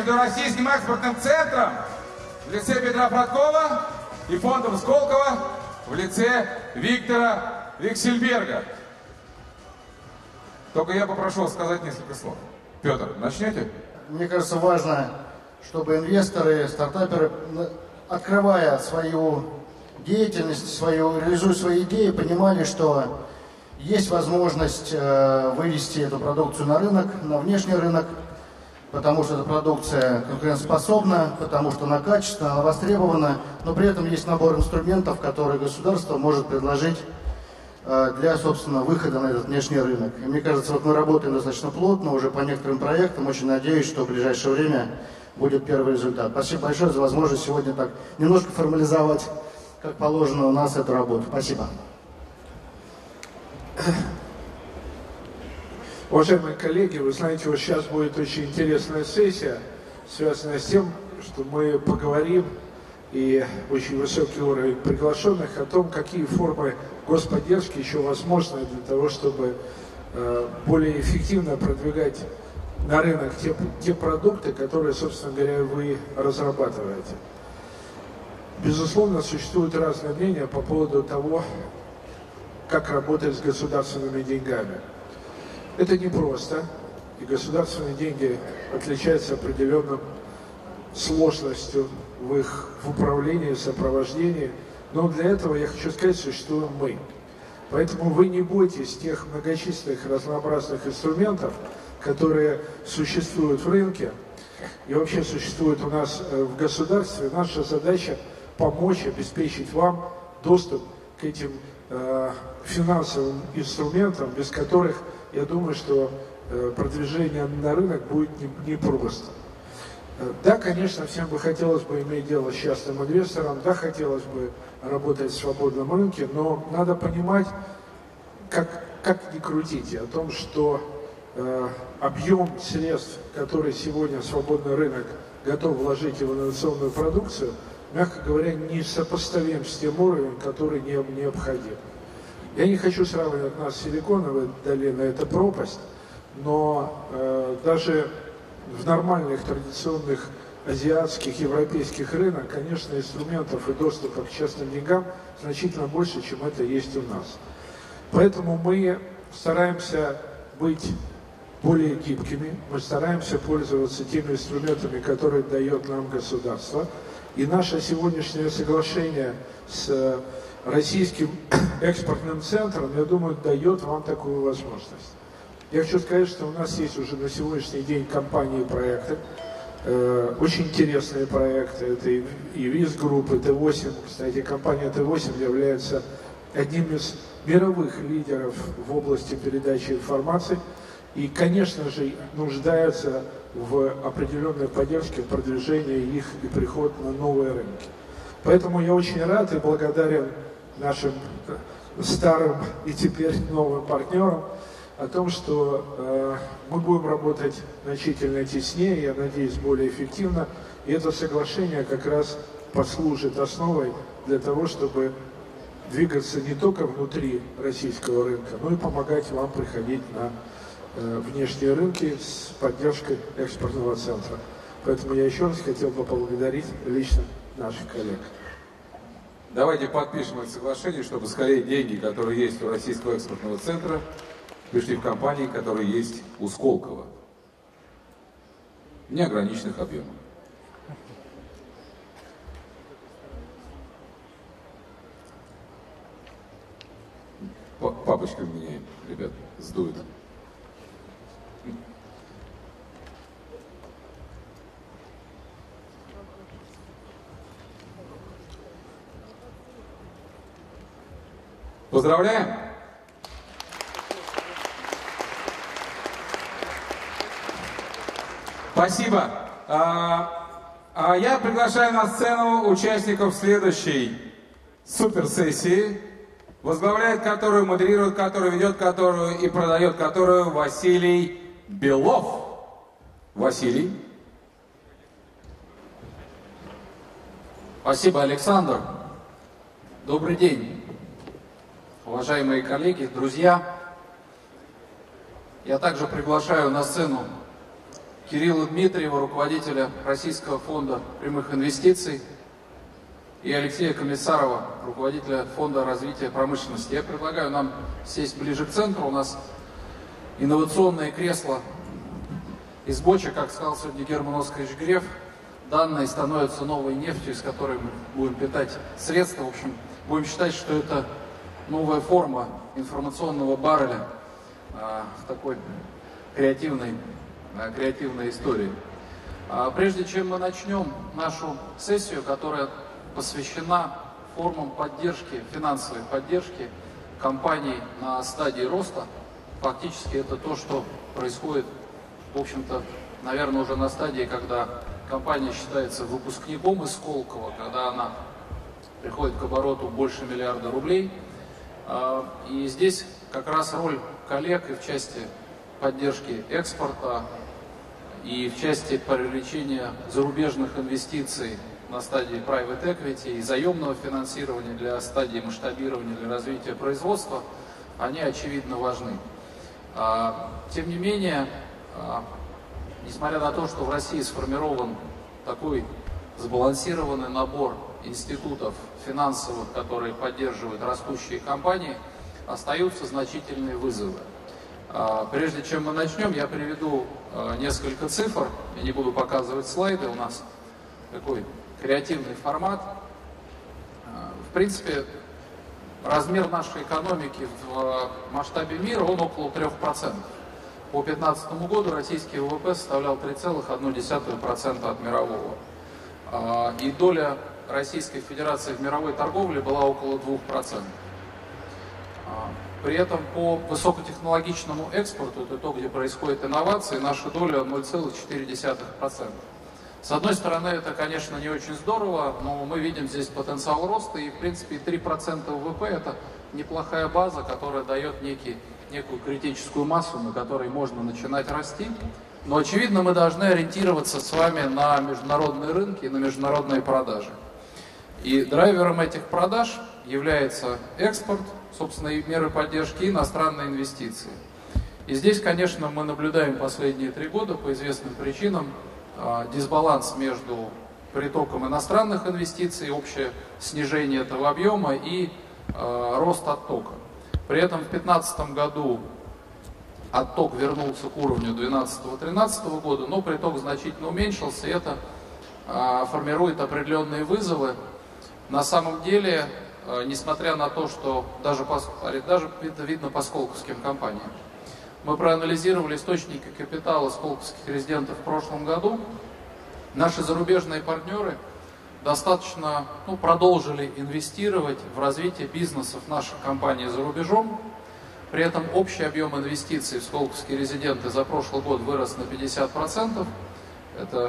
между Российским экспортным центром в лице Петра Фродкова и фондом Сколково в лице Виктора Виксельберга. Только я попрошу вас сказать несколько слов. Петр, начнете? Мне кажется, важно, чтобы инвесторы, стартаперы, открывая свою деятельность, реализуя свои идеи, понимали, что есть возможность вывести эту продукцию на рынок, на внешний рынок, потому что эта продукция конкурентоспособна, потому что она качественна, она востребована, но при этом есть набор инструментов, которые государство может предложить для, собственно, выхода на этот внешний рынок. И мне кажется, вот мы работаем достаточно плотно уже по некоторым проектам. Очень надеюсь, что в ближайшее время будет первый результат. Спасибо большое за возможность сегодня так немножко формализовать, как положено у нас, эту работу. Спасибо. Уважаемые коллеги, вы знаете, вот сейчас будет очень интересная сессия, связанная с тем, что мы поговорим, и очень высокий уровень приглашенных, о том, какие формы господдержки еще возможны для того, чтобы более эффективно продвигать на рынок те продукты, которые, собственно говоря, вы разрабатываете. Безусловно, существуют разные мнения по поводу того, как работать с государственными деньгами. Это непросто, и государственные деньги отличаются определенной сложностью в управлении, сопровождении. Но для этого, я хочу сказать, существуем мы. Поэтому вы не бойтесь тех многочисленных разнообразных инструментов, которые существуют в рынке и вообще существуют у нас в государстве. Наша задача помочь, обеспечить вам доступ к этим финансовым инструментам, без которых, я думаю, что продвижение на рынок будет непросто. Да, конечно, всем бы хотелось бы иметь дело с частным инвестором, да, хотелось бы работать в свободном рынке, но надо понимать, как ни крутите, о том, что объем средств, который сегодня свободный рынок готов вложить в инновационную продукцию, мягко говоря, не сопоставим с тем уровнем, который необходим. Я не хочу сравнивать нас с Силиконовой долиной, это пропасть, но даже в нормальных традиционных азиатских, европейских рынках, конечно, инструментов и доступа к частным деньгам значительно больше, чем это есть у нас. Поэтому мы стараемся быть более гибкими, мы стараемся пользоваться теми инструментами, которые дает нам государство. И наше сегодняшнее соглашение с Российским экспортным центром, я думаю, дает вам такую возможность. Я хочу сказать, что у нас есть уже на сегодняшний день компании и проекты, очень интересные проекты. Это и ВИЗ группы, Т8. Кстати, компания Т8 является одним из мировых лидеров в области передачи информации и, конечно же, нуждаются в определенной поддержке, продвижении их и приход на новые рынки. Поэтому я очень рад и благодарен нашим старым и теперь новым партнерам о том, что мы будем работать значительно теснее, я надеюсь, более эффективно. И это соглашение как раз послужит основой для того, чтобы двигаться не только внутри российского рынка, но и помогать вам приходить на внешние рынки с поддержкой экспортного центра. Поэтому я еще раз хотел бы поблагодарить лично наших коллег. Давайте подпишем это соглашение, чтобы скорее деньги, которые есть у Российского экспортного центра, пришли в компании, которые есть у Сколково. В неограниченных объемах. Папочка меня, ребят, сдует. Поздравляем! Спасибо. А я приглашаю на сцену участников следующей суперсессии, возглавляет которую, модерирует которую, ведет которую и продает которую Василий Белов. Василий. Спасибо, Александр. Добрый день, уважаемые коллеги, друзья. Я также приглашаю на сцену Кирилла Дмитриева, руководителя Российского фонда прямых инвестиций, и Алексея Комиссарова, руководителя Фонда развития промышленности. Я предлагаю нам сесть ближе к центру. У нас инновационное кресло из бочек, как сказал сегодня Герман Оскарович Греф. Данные становятся новой нефтью, из которой мы будем питать средства. В общем, будем считать, что это новая форма информационного барреля в такой креативной истории. Прежде чем мы начнем нашу сессию, которая посвящена формам поддержки, финансовой поддержки компаний на стадии роста, фактически это то, что происходит, в общем-то, наверное, уже на стадии, когда компания считается выпускником из Сколково, когда она приходит к обороту больше миллиарда рублей. И здесь как раз роль коллег и в части поддержки экспорта, и в части привлечения зарубежных инвестиций на стадии private equity и заемного финансирования для стадии масштабирования, для развития производства, они очевидно важны. Тем не менее, несмотря на то, что в России сформирован такой сбалансированный набор институтов финансовых, которые поддерживают растущие компании, остаются значительные вызовы. Прежде чем мы начнем, я приведу несколько цифр. Я не буду показывать слайды, у нас такой креативный формат. В принципе, размер нашей экономики в масштабе мира, он около 3%. По 2015 году российский ВВП составлял 3,1% от мирового. И доля Российской Федерации в мировой торговле была около 2%. При этом по высокотехнологичному экспорту, это то, где происходят инновации, наша доля 0,4%. С одной стороны, это, конечно, не очень здорово, но мы видим здесь потенциал роста, и, в принципе, 3% ВВП – это неплохая база, которая дает некую критическую массу, на которой можно начинать расти. Но, очевидно, мы должны ориентироваться с вами на международные рынки и на международные продажи. И драйвером этих продаж является экспорт, собственно, и меры поддержки, и иностранные инвестиции. И здесь, конечно, мы наблюдаем последние 3 года по известным причинам дисбаланс между притоком иностранных инвестиций, общее снижение этого объема и рост оттока. При этом в 2015 году отток вернулся к уровню 2012-2013 года, но приток значительно уменьшился, и это формирует определенные вызовы. На самом деле, несмотря на то, что даже это видно по сколковским компаниям, мы проанализировали источники капитала сколковских резидентов в прошлом году, наши зарубежные партнеры достаточно продолжили инвестировать в развитие бизнесов наших компаний за рубежом. При этом общий объем инвестиций в сколковские резиденты за прошлый год вырос на 50%. Это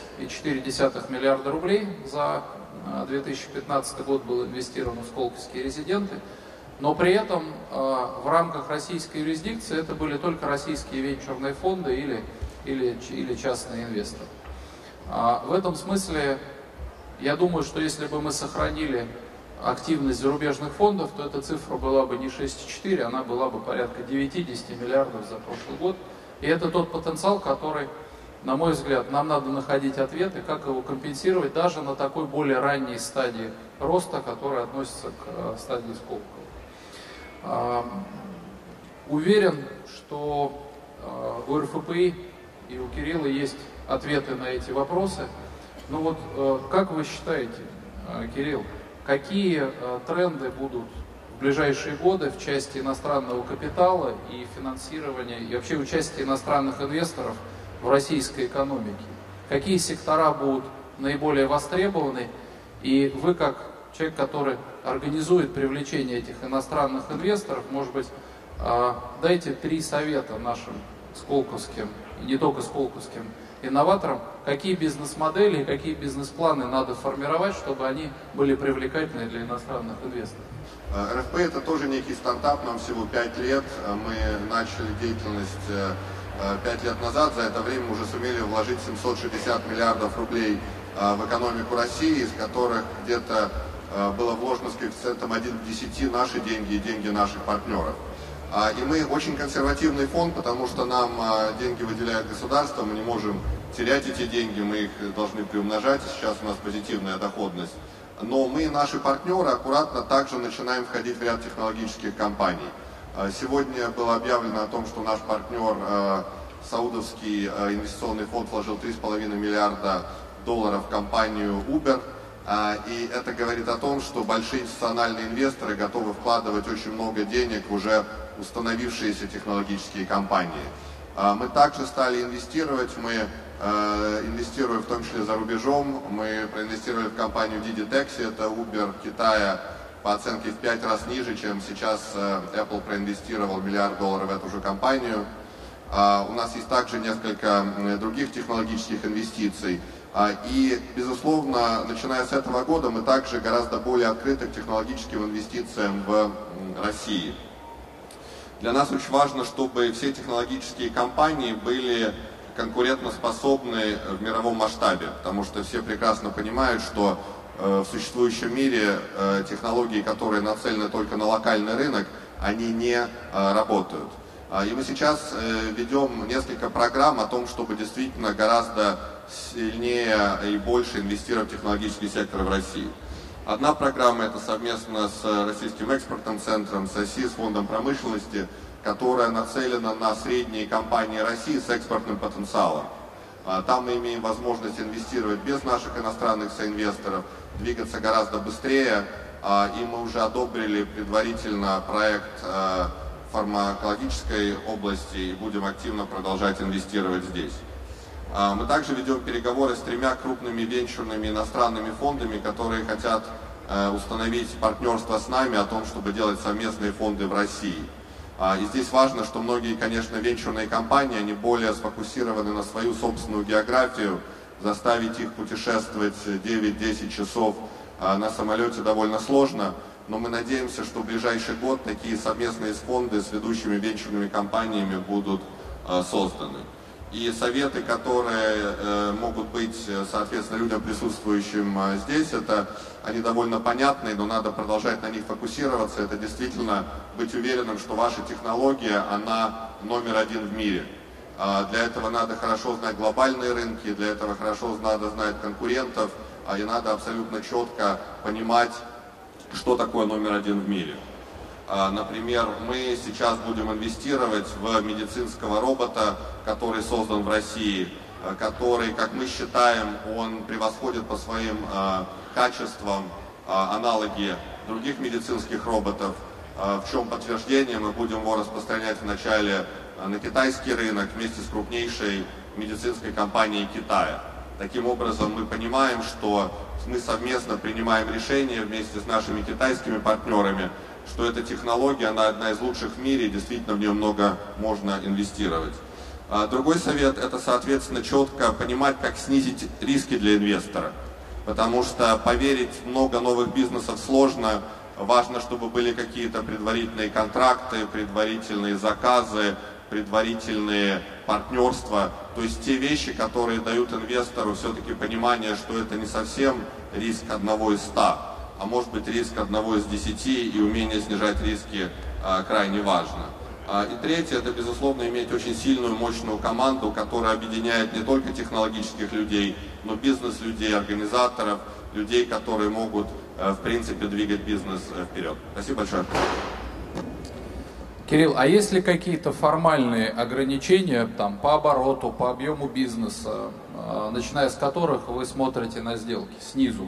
6,4 миллиарда рублей за 2015 год было инвестировано в сколковские резиденты. Но при этом в рамках российской юрисдикции это были только российские венчурные фонды или частные инвесторы. В этом смысле, я думаю, что если бы мы сохранили активность зарубежных фондов, то эта цифра была бы не 6,4, она была бы порядка 9-10 миллиардов за прошлый год. И это тот потенциал, который, на мой взгляд, нам надо находить ответы, как его компенсировать даже на такой более ранней стадии роста, которая относится к стадии Сколково. Уверен, что у РФПИ и у Кирилла есть ответы на эти вопросы. Но вот как вы считаете, Кирилл, какие тренды будут в ближайшие годы в части иностранного капитала и финансирования, и вообще участия иностранных инвесторов в российской экономике? Какие сектора будут наиболее востребованы? И вы, как человек, который организует привлечение этих иностранных инвесторов, может быть, дайте 3 совета нашим сколковским, и не только сколковским инноваторам, какие бизнес-модели, какие бизнес-планы надо формировать, чтобы они были привлекательны для иностранных инвесторов. РФП это тоже некий стартап, нам всего 5 лет, мы начали деятельность 5 лет назад, за это время уже сумели вложить 760 миллиардов рублей в экономику России, из которых где-то было вложено с коэффициентом 1 к 10 наши деньги и деньги наших партнеров. И мы очень консервативный фонд, потому что нам деньги выделяет государство, мы не можем терять эти деньги, мы их должны приумножать, сейчас у нас позитивная доходность. Но мы и наши партнеры аккуратно также начинаем входить в ряд технологических компаний. Сегодня было объявлено о том, что наш партнер, саудовский инвестиционный фонд, вложил $3,5 миллиарда в компанию Uber. И это говорит о том, что большие институциональные инвесторы готовы вкладывать очень много денег в уже установившиеся технологические компании. Мы также стали инвестировать, мы инвестируем в том числе за рубежом. Мы проинвестировали в компанию Didi Taxi, это Uber Китая, по оценке в 5 раз ниже, чем сейчас Apple проинвестировал $1 миллиард в эту же компанию. У нас есть также несколько других технологических инвестиций. И, безусловно, начиная с этого года мы также гораздо более открыты к технологическим инвестициям в России. Для нас очень важно, чтобы все технологические компании были конкурентоспособны в мировом масштабе, потому что все прекрасно понимают, что в существующем мире технологии, которые нацелены только на локальный рынок, они не работают. И мы сейчас ведем несколько программ о том, чтобы действительно гораздо сильнее и больше инвестировать в технологический сектор в России. Одна программа — это совместно с Российским экспортным центром, с ОСИ, с Фондом промышленности, которая нацелена на средние компании России с экспортным потенциалом. Там мы имеем возможность инвестировать без наших иностранных соинвесторов, двигаться гораздо быстрее, и мы уже одобрили предварительно проект фармакологической области и будем активно продолжать инвестировать здесь. Мы также ведем переговоры с 3 крупными венчурными иностранными фондами, которые хотят установить партнерство с нами о том, чтобы делать совместные фонды в России. И здесь важно, что многие, конечно, венчурные компании, они более сфокусированы на свою собственную географию, заставить их путешествовать 9-10 часов на самолете довольно сложно, но мы надеемся, что в ближайший год такие совместные фонды с ведущими венчурными компаниями будут созданы. И советы, которые могут быть, соответственно, людям, присутствующим здесь, они довольно понятные, но надо продолжать на них фокусироваться. Это действительно быть уверенным, что ваша технология, она №1 в мире. Для этого надо хорошо знать глобальные рынки, для этого хорошо надо знать конкурентов, и надо абсолютно четко понимать, что такое №1 в мире. Например, мы сейчас будем инвестировать в медицинского робота, который создан в России, который, как мы считаем, он превосходит по своим качествам аналоги других медицинских роботов. В чем подтверждение, мы будем его распространять вначале на китайский рынок вместе с крупнейшей медицинской компанией Китая. Таким образом, мы понимаем, что мы совместно принимаем решения вместе с нашими китайскими партнерами, что эта технология, она одна из лучших в мире, и действительно в нее много можно инвестировать. Другой совет — это, соответственно, четко понимать, как снизить риски для инвестора. Потому что поверить в много новых бизнесов сложно. Важно, чтобы были какие-то предварительные контракты, предварительные заказы, предварительные партнерства. То есть те вещи, которые дают инвестору все-таки понимание, что это не совсем риск 1 из 100, а может быть риск 1 из 10, и умение снижать риски крайне важно. И третье — это, безусловно, иметь очень сильную, мощную команду, которая объединяет не только технологических людей, но бизнес-людей, организаторов, людей, которые могут, в принципе, двигать бизнес вперед. Спасибо большое. Кирилл, а есть ли какие-то формальные ограничения там, по обороту, по объему бизнеса, начиная с которых вы смотрите на сделки снизу?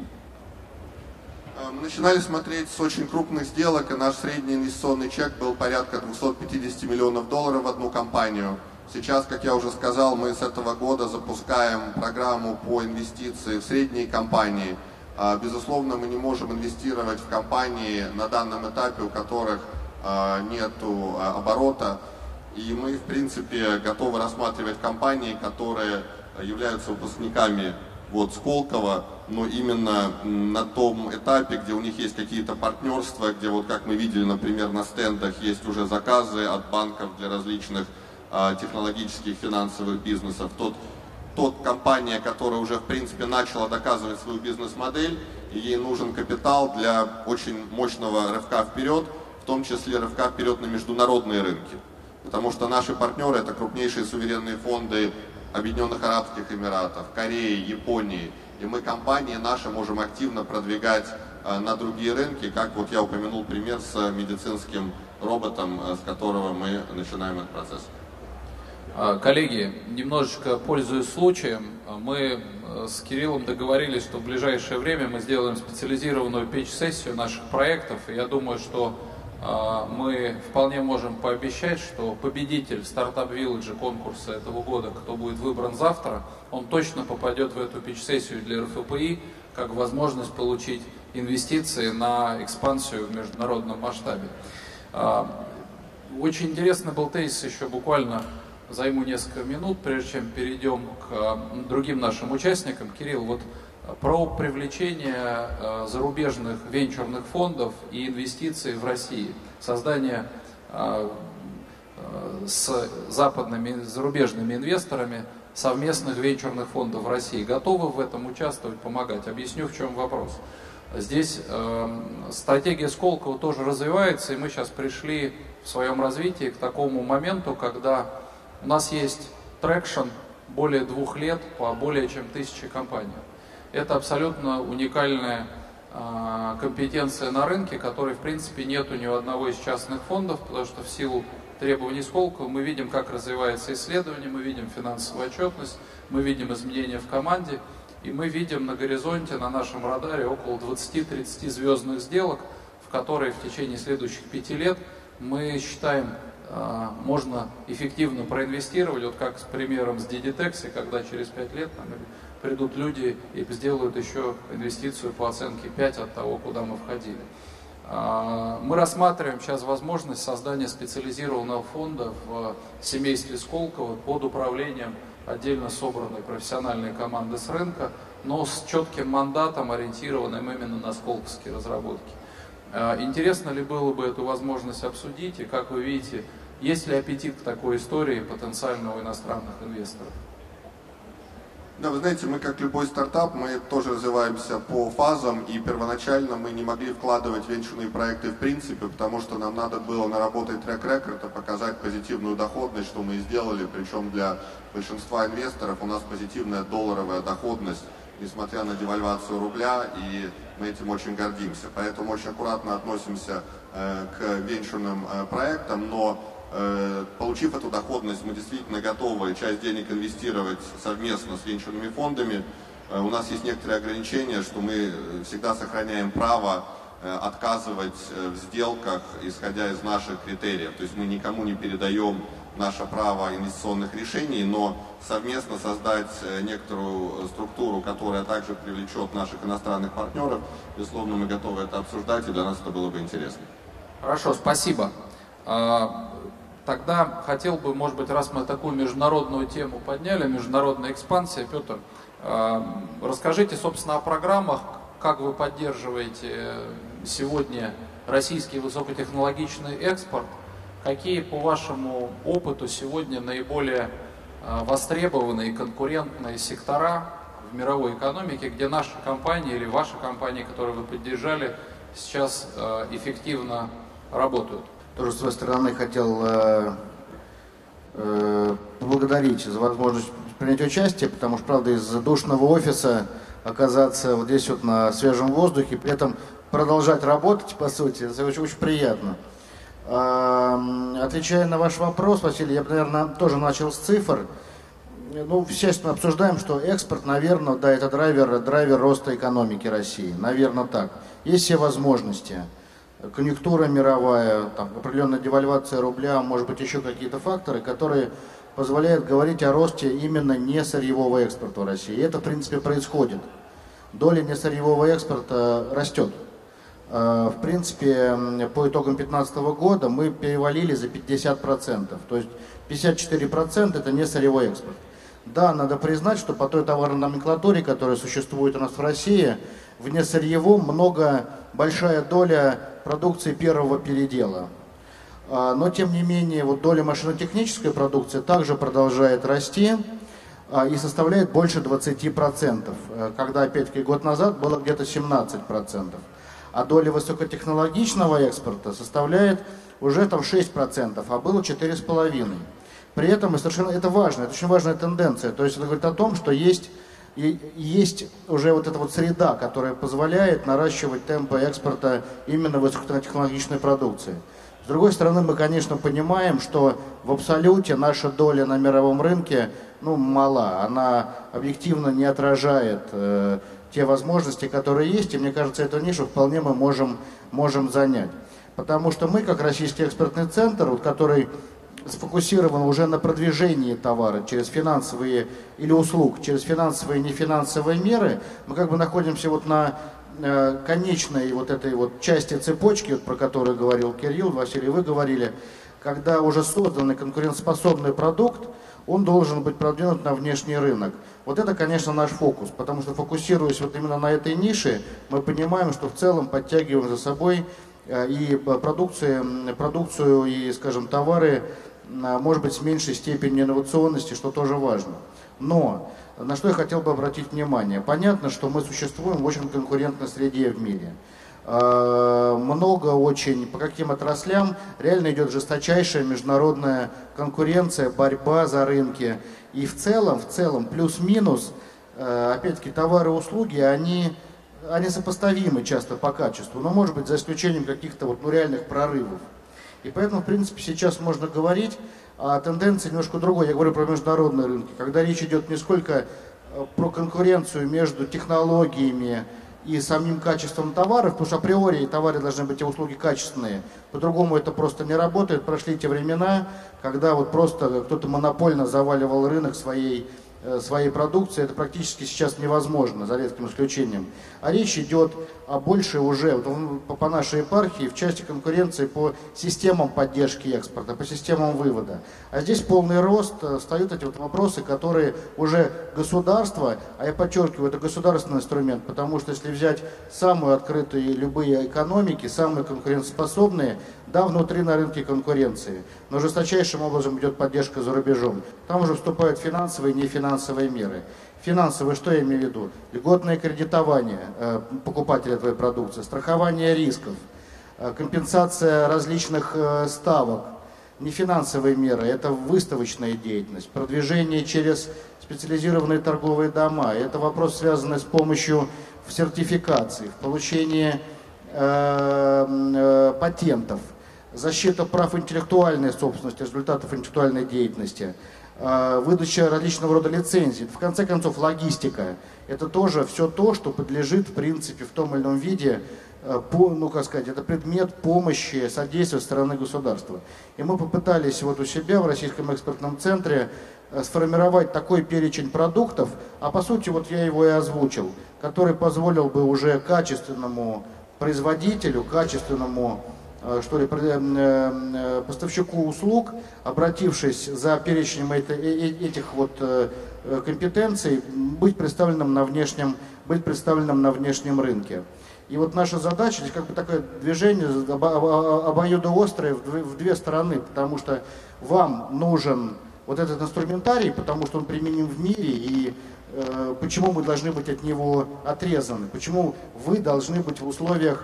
Мы начинали смотреть с очень крупных сделок, и наш средний инвестиционный чек был порядка $250 миллионов в одну компанию. Сейчас, как я уже сказал, мы с этого года запускаем программу по инвестиции в средние компании. Безусловно, мы не можем инвестировать в компании на данном этапе, у которых нет оборота. И мы, в принципе, готовы рассматривать компании, которые являются выпускниками Сколково, но именно на том этапе, где у них есть какие-то партнерства, где, как мы видели, например, на стендах есть уже заказы от банков для различных технологических финансовых бизнесов. Тот компания, которая уже, в принципе, начала доказывать свою бизнес-модель, и ей нужен капитал для очень мощного рывка вперед, в том числе рывка вперед на международные рынки. Потому что наши партнеры — это крупнейшие суверенные фонды Объединенных Арабских Эмиратов, Кореи, Японии. И мы, компании наши, можем активно продвигать на другие рынки, как вот я упомянул пример с медицинским роботом, с которого мы начинаем этот процесс. Коллеги, немножечко пользуясь случаем, мы с Кириллом договорились, что в ближайшее время мы сделаем специализированную питч-сессию наших проектов. И я думаю, что мы вполне можем пообещать, что победитель Startup Village конкурса этого года, кто будет выбран завтра, он точно попадет в эту питч-сессию для РФПИ как возможность получить инвестиции на экспансию в международном масштабе. Очень интересный был тезис, еще буквально займу несколько минут, прежде чем перейдем к другим нашим участникам. Кирилл, вот про привлечение зарубежных венчурных фондов и инвестиций в России, создание с западными зарубежными инвесторами совместных венчурных фондов в России. Готовы в этом участвовать, помогать? Объясню, в чем вопрос. Здесь стратегия Сколково тоже развивается, и мы сейчас пришли в своем развитии к такому моменту, когда у нас есть трекшн более 2 лет по более чем 1000 компаниям. Это абсолютно уникальная компетенция на рынке, которой в принципе нету ни у одного из частных фондов, потому что в силу требований Сколково мы видим, как развивается исследование, мы видим финансовую отчетность, мы видим изменения в команде, и мы видим на горизонте, на нашем радаре около 20-30 звездных сделок, в которые в течение следующих 5 лет мы считаем, можно эффективно проинвестировать, вот как с примером с DidiTaxi, когда через 5 лет придут люди и сделают еще инвестицию по оценке 5 от того, куда мы входили. Мы рассматриваем сейчас возможность создания специализированного фонда в семействе Сколково под управлением отдельно собранной профессиональной команды с рынка, но с четким мандатом, ориентированным именно на сколковские разработки. Интересно ли было бы эту возможность обсудить, и как вы видите, есть ли аппетит к такой истории потенциального иностранных инвесторов? Да, вы знаете, мы как любой стартап, мы тоже развиваемся по фазам, и первоначально мы не могли вкладывать венчурные проекты в принципе, потому что нам надо было наработать трек-рекорд, показать позитивную доходность, что мы и сделали, причем для большинства инвесторов у нас позитивная долларовая доходность, несмотря на девальвацию рубля, и мы этим очень гордимся. Поэтому очень аккуратно относимся к венчурным проектам, но получив эту доходность, мы действительно готовы часть денег инвестировать совместно с венчурными фондами. У нас есть некоторые ограничения, что мы всегда сохраняем право отказывать в сделках, исходя из наших критериев. То есть мы никому не передаем наше право инвестиционных решений, но совместно создать некоторую структуру, которая также привлечет наших иностранных партнеров, безусловно, мы готовы это обсуждать, и для нас это было бы интересно. Хорошо, спасибо. Тогда хотел бы, может быть, раз мы такую международную тему подняли, международная экспансия, Петр, расскажите, собственно, о программах, как вы поддерживаете сегодня российский высокотехнологичный экспорт, какие, по вашему опыту, сегодня наиболее востребованные конкурентные сектора в мировой экономике, где наши компании или ваши компании, которые вы поддержали, сейчас эффективно работают? Тоже с своей стороны хотел поблагодарить за возможность принять участие, потому что, правда, из душного офиса оказаться вот здесь вот на свежем воздухе, при этом продолжать работать, по сути, это очень приятно. Отвечая на ваш вопрос, Василий, я бы, наверное, тоже начал с цифр. Ну, естественно, обсуждаем, что экспорт, наверное, да, это драйвер роста экономики России. Наверное, так. Есть все возможности. Конъюнктура мировая, там, определенная девальвация рубля, может быть, еще какие-то факторы, которые позволяют говорить о росте именно несырьевого экспорта в России. И это, в принципе, происходит. Доля несырьевого экспорта растет. В принципе, по итогам 2015 года мы перевалили за 50%. То есть 54% это несырьевой экспорт. Да, надо признать, что по той товарной номенклатуре, которая существует у нас в России, в несырьевом большая доля продукции первого передела. Но, тем не менее, вот доля машинотехнической продукции также продолжает расти и составляет больше 20%, когда, опять-таки, год назад было где-то 17%. а доля высокотехнологичного экспорта составляет уже там 6%, а было 4,5%. При этом совершенно это важно, это очень важная тенденция. То есть это говорит о том, что есть уже вот эта вот среда, которая позволяет наращивать темпы экспорта именно высокотехнологичной продукции. С другой стороны, мы, конечно, понимаем, что в абсолюте наша доля на мировом рынке мала. Она объективно не отражает те возможности, которые есть. И мне кажется, эту нишу вполне мы можем занять. Потому что мы, как Российский экспортный центр, который сфокусирован уже на продвижении товара через финансовые или услуг, через финансовые и нефинансовые меры, мы как бы находимся вот на конечной вот этой вот части цепочки, про которую говорил Кирилл, Василий, вы говорили, когда уже созданный конкурентоспособный продукт, он должен быть продвинут на внешний рынок. Вот это, конечно, наш фокус, потому что, фокусируясь вот именно на этой нише, мы понимаем, что в целом подтягиваем за собой и продукцию и, скажем, товары, может быть, с меньшей степенью инновационности, что тоже важно. Но на что я хотел бы обратить внимание. Понятно, что мы существуем в очень конкурентной среде в мире. Много очень, по каким отраслям реально идет жесточайшая международная конкуренция, борьба за рынки. И в целом, плюс-минус, опять-таки, товары и услуги, они сопоставимы часто по качеству, но, может быть, за исключением каких-то реальных прорывов. И поэтому, в принципе, сейчас можно говорить о тенденции немножко другой. Я говорю про международные рынки, когда речь идет не сколько про конкуренцию между технологиями и самим качеством товаров, потому что априори товары должны быть и услуги качественные. По-другому это просто не работает. Прошли те времена, когда просто кто-то монопольно заваливал рынок своей продукции. Это практически сейчас невозможно, за редким исключением. А речь идет о больше уже по нашей епархии в части конкуренции по системам поддержки экспорта, по системам вывода. А здесь полный рост встают эти вопросы, которые уже государство, а я подчеркиваю, это государственный инструмент, потому что если взять самые открытые любые экономики, самые конкурентоспособные, да, внутри на рынке конкуренции, но жесточайшим образом идет поддержка за рубежом. Там уже вступают финансовые и нефинансовые меры. Финансовые, что я имею в виду? Льготное кредитование покупателя твоей продукции, страхование рисков, компенсация различных ставок. Нефинансовые меры – это выставочная деятельность, продвижение через специализированные торговые дома. Это вопрос, связанный с помощью в сертификации, в получении патентов, защита прав интеллектуальной собственности, результатов интеллектуальной деятельности, выдача различного рода лицензий. В конце концов, логистика. Это тоже все то, что подлежит, в принципе, в том или ином виде, это предмет помощи, содействия со стороны государства. И мы попытались у себя в Российском экспортном центре сформировать такой перечень продуктов, а по сути я его и озвучил, который позволил бы уже качественному производителю, качественному поставщику услуг, обратившись за перечнем этих компетенций, быть представленным на внешнем рынке. И наша задача, здесь такое движение обоюдоострое в две стороны, потому что вам нужен этот инструментарий, потому что он применим в мире, и почему мы должны быть от него отрезаны, почему вы должны быть в условиях,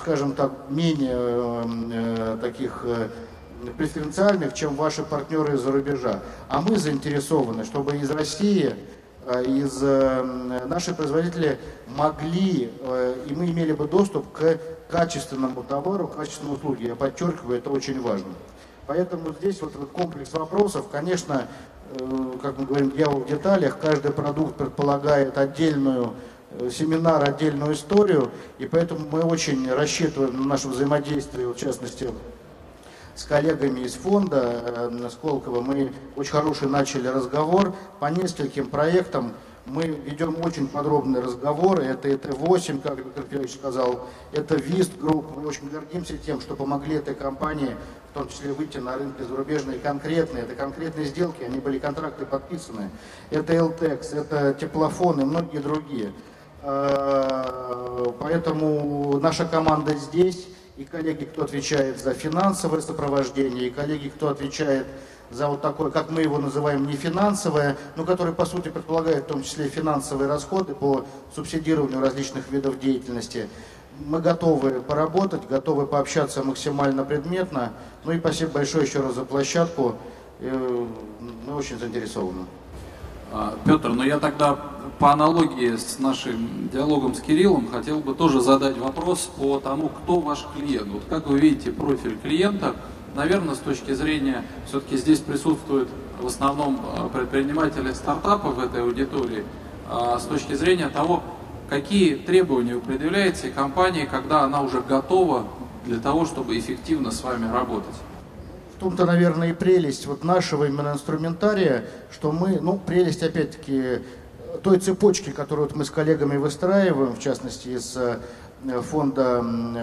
менее таких преференциальных, чем ваши партнеры из-за рубежа. А мы заинтересованы, чтобы из России, наши производители могли, и мы имели бы доступ к качественному товару, качественной услуге. Я подчеркиваю, это очень важно. Поэтому здесь этот комплекс вопросов, конечно, как мы говорим, дьявол в деталях, каждый продукт предполагает отдельную семинар, отдельную историю, и поэтому мы очень рассчитываем на наше взаимодействие, в частности, с коллегами из фонда Сколково. Мы очень хороший начали разговор по нескольким проектам. Мы ведем очень подробный разговор. Это ЭТ-8, как Виктор Федорович сказал, это ВИСТ Групп. Мы очень гордимся тем, что помогли этой компании, в том числе выйти на рынки зарубежные конкретные. Это конкретные сделки, они были контракты подписаны. Это ЛТЭКС, это Теплофон и многие другие. Поэтому наша команда здесь, и коллеги, кто отвечает за финансовое сопровождение, и коллеги, кто отвечает за такое, как мы его называем, нефинансовое, но который по сути предполагает в том числе финансовые расходы по субсидированию различных видов деятельности. Мы готовы поработать, готовы пообщаться максимально предметно. Ну и спасибо большое еще раз за площадку. Мы очень заинтересованы. Петр, но я тогда по аналогии с нашим диалогом с Кириллом хотел бы тоже задать вопрос по тому, кто ваш клиент. Вот как вы видите профиль клиента, наверное, с точки зрения, все-таки здесь присутствуют в основном предприниматели стартапов в этой аудитории, с точки зрения того, какие требования вы предъявляете компании, когда она уже готова для того, чтобы эффективно с вами работать? В том-то, наверное, и прелесть вот нашего именно инструментария, что мы, прелесть, опять-таки, той цепочки, которую вот мы с коллегами выстраиваем, в частности, из фонда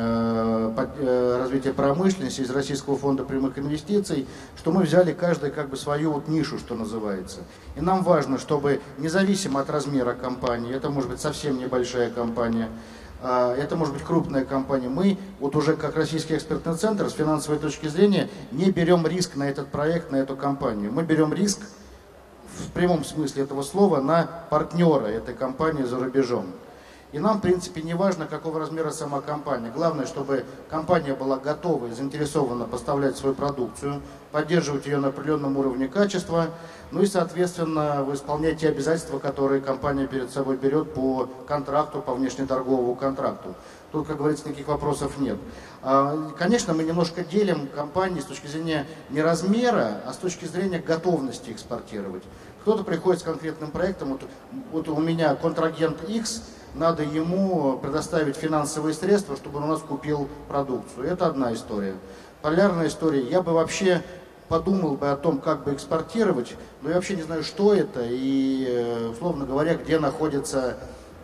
развития промышленности, из Российского фонда прямых инвестиций, что мы взяли каждый как бы свою вот нишу, что называется. И нам важно, чтобы независимо от размера компании, это может быть совсем небольшая компания, это может быть крупная компания, мы вот уже как Российский экспертный центр с финансовой точки зрения не берем риск на этот проект, на эту компанию. Мы берем риск в прямом смысле этого слова на партнера этой компании за рубежом. И нам, в принципе, не важно, какого размера сама компания. Главное, чтобы компания была готова и заинтересована поставлять свою продукцию, поддерживать ее на определенном уровне качества, ну и, соответственно, исполнять те обязательства, которые компания перед собой берет по контракту, по внешнеторговому контракту. Тут, как говорится, никаких вопросов нет. Конечно, мы немножко делим компании с точки зрения не размера, а с точки зрения готовности экспортировать. Кто-то приходит с конкретным проектом, вот у меня контрагент X, надо ему предоставить финансовые средства, чтобы он у нас купил продукцию. Это одна история. Полярная история. Я бы вообще подумал бы о том, как бы экспортировать, но я вообще не знаю, что это и, условно говоря, где находится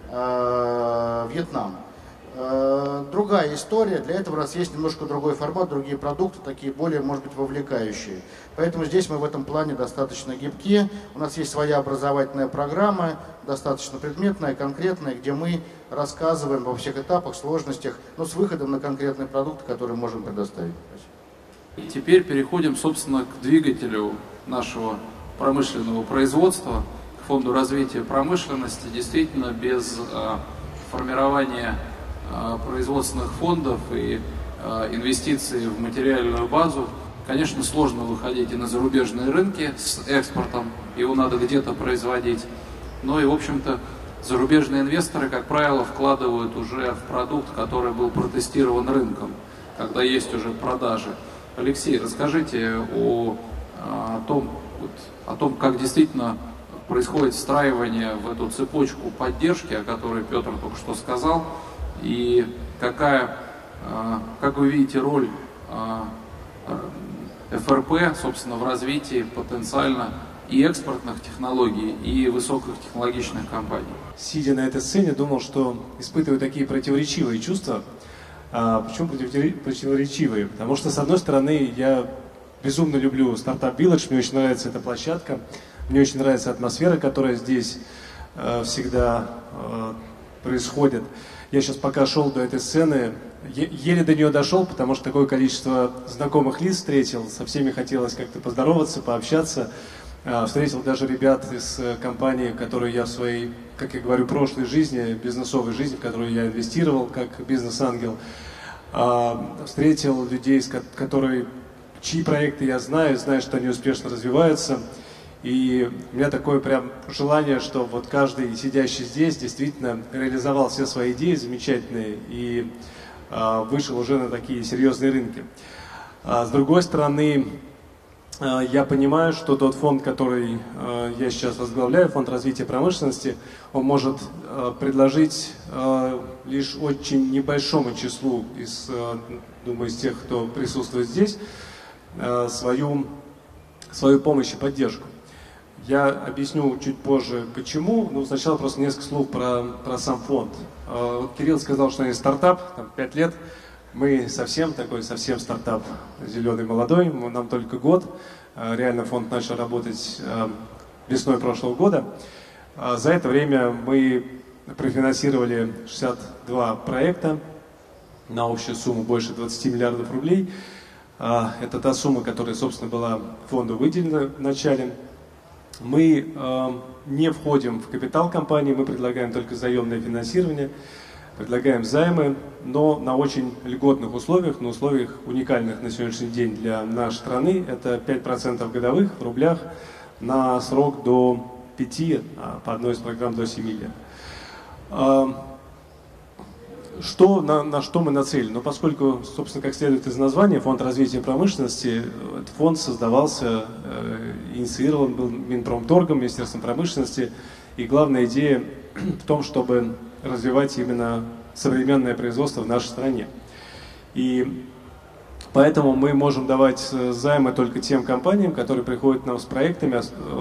Вьетнам. Другая история, для этого у нас есть немножко другой формат, другие продукты, такие более, может быть, вовлекающие. Поэтому здесь мы в этом плане достаточно гибки. У нас есть своя образовательная программа, достаточно предметная, конкретная, где мы рассказываем во всех этапах, сложностях, но с выходом на конкретный продукт, который можем предоставить. И теперь переходим, собственно, к двигателю нашего промышленного производства, к фонду развития промышленности. Действительно, без формирования производственных фондов и инвестиций в материальную базу, конечно, сложно выходить и на зарубежные рынки с экспортом, его надо где-то производить. Но и, в общем-то, зарубежные инвесторы, как правило, вкладывают уже в продукт, который был протестирован рынком, когда есть уже продажи. Алексей, расскажите о том, как действительно происходит встраивание в эту цепочку поддержки, о которой Петр только что сказал, и как вы видите роль ФРП, собственно, в развитии потенциально и экспортных технологий, и высокотехнологичных компаний. Сидя на этой сцене, думал, что испытываю такие противоречивые чувства. Почему противоречивые? Потому что, с одной стороны, я безумно люблю Startup Village, мне очень нравится эта площадка, мне очень нравится атмосфера, которая здесь всегда происходит. Я сейчас пока шел до этой сцены, еле до нее дошел, потому что такое количество знакомых лиц встретил, со всеми хотелось как-то поздороваться, пообщаться. Встретил даже ребят из компании, которые я в своей, как я говорю, прошлой жизни, бизнесовой жизни, в которую я инвестировал как бизнес-ангел. Встретил людей, чьи проекты я знаю, что они успешно развиваются. И у меня такое прям желание, что вот каждый сидящий здесь действительно реализовал все свои идеи замечательные и вышел уже на такие серьезные рынки. С другой стороны, я понимаю, что тот фонд, который я сейчас возглавляю, фонд развития промышленности, он может предложить лишь очень небольшому числу из тех, кто присутствует здесь, свою помощь и поддержку. Я объясню чуть позже, почему. Но сначала просто несколько слов про сам фонд. Вот Кирилл сказал, что они стартап, там 5 лет. Мы совсем стартап, зеленый, молодой, нам только год. Реально фонд начал работать весной прошлого года. За это время мы профинансировали 62 проекта на общую сумму больше 20 миллиардов рублей. Это та сумма, которая, собственно, была фонду выделена в начале. Мы не входим в капитал компании, мы предлагаем только заемное финансирование. предлагаем займы, но на очень льготных условиях, на условиях уникальных на сегодняшний день для нашей страны. Это 5% годовых в рублях на срок до 5, а по одной из программ до 7 лет. На что мы нацелены? Поскольку, собственно, как следует из названия, Фонд развития промышленности, этот фонд создавался, инициирован был Минпромторгом, Министерством промышленности, и главная идея в том, чтобы развивать именно современное производство в нашей стране. И поэтому мы можем давать займы только тем компаниям, которые приходят к нам с проектами